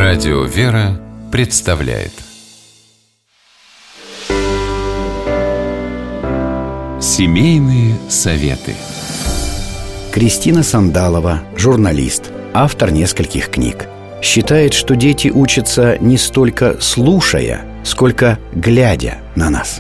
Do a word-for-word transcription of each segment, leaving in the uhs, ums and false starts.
Радио «Вера» представляет Семейные советы. Кристина Сандалова, журналист, автор нескольких книг, считает, что дети учатся не столько слушая, сколько глядя на нас.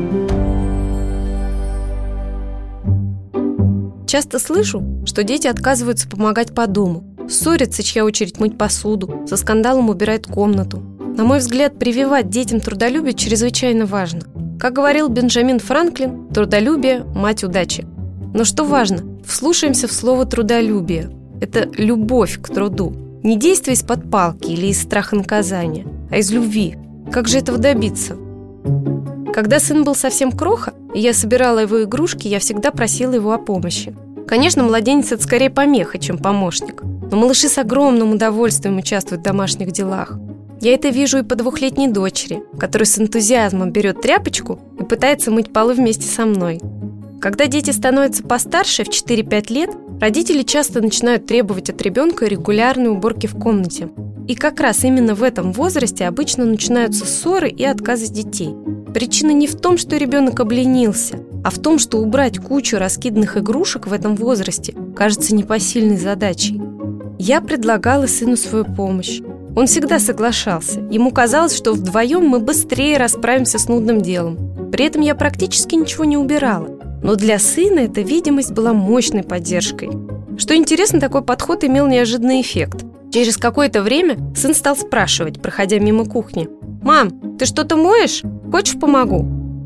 Часто слышу, что дети отказываются помогать по дому, ссорятся, чья очередь мыть посуду, со скандалом убирают комнату. На мой взгляд, прививать детям трудолюбие чрезвычайно важно. Как говорил Бенджамин Франклин, трудолюбие – мать удачи. Но что важно, вслушаемся в слово «трудолюбие». Это любовь к труду. Не действие из-под палки или из страха наказания, а из любви. Как же этого добиться? Когда сын был совсем кроха, и я собирала его игрушки, я всегда просила его о помощи. Конечно, младенец – это скорее помеха, чем помощник. Но малыши с огромным удовольствием участвуют в домашних делах. Я это вижу и по двухлетней дочери, которая с энтузиазмом берет тряпочку и пытается мыть полы вместе со мной. Когда дети становятся постарше, в четыре-пять лет, родители часто начинают требовать от ребенка регулярной уборки в комнате. И как раз именно в этом возрасте обычно начинаются ссоры и отказы детей. Причина не в том, что ребенок обленился, а в том, что убрать кучу раскиданных игрушек в этом возрасте кажется непосильной задачей. Я предлагала сыну свою помощь. Он всегда соглашался. Ему казалось, что вдвоем мы быстрее расправимся с нудным делом. При этом я практически ничего не убирала. Но для сына эта видимость была мощной поддержкой. Что интересно, такой подход имел неожиданный эффект. Через какое-то время сын стал спрашивать, проходя мимо кухни: «Мам, ты что-то моешь? Хочешь, помогу?»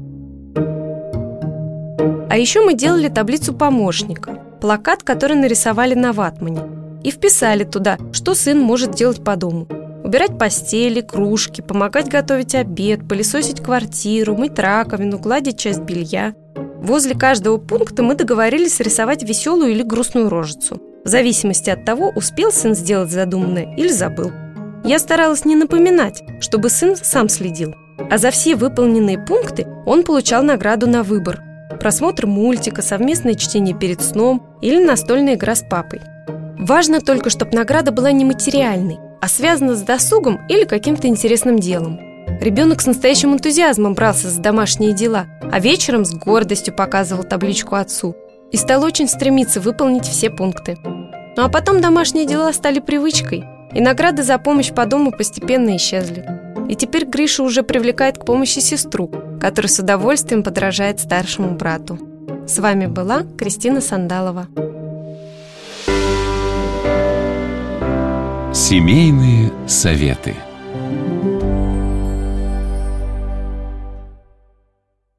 А еще мы делали таблицу помощника, плакат, который нарисовали на ватмане, и вписали туда, что сын может делать по дому. Убирать постели, кружки, помогать готовить обед, пылесосить квартиру, мыть раковину, гладить часть белья. Возле каждого пункта мы договорились рисовать веселую или грустную рожицу, в зависимости от того, успел сын сделать задуманное или забыл. Я старалась не напоминать, чтобы сын сам следил, а за все выполненные пункты он получал награду на выбор: просмотр мультика, совместное чтение перед сном или настольная игра с папой. Важно только, чтобы награда была не материальной, а связана с досугом или каким-то интересным делом. Ребенок с настоящим энтузиазмом брался за домашние дела, а вечером с гордостью показывал табличку отцу и стал очень стремиться выполнить все пункты. Ну а потом домашние дела стали привычкой, и награды за помощь по дому постепенно исчезли. И теперь Гриша уже привлекает к помощи сестру, которая с удовольствием подражает старшему брату. С вами была Кристина Сандалова. Семейные советы.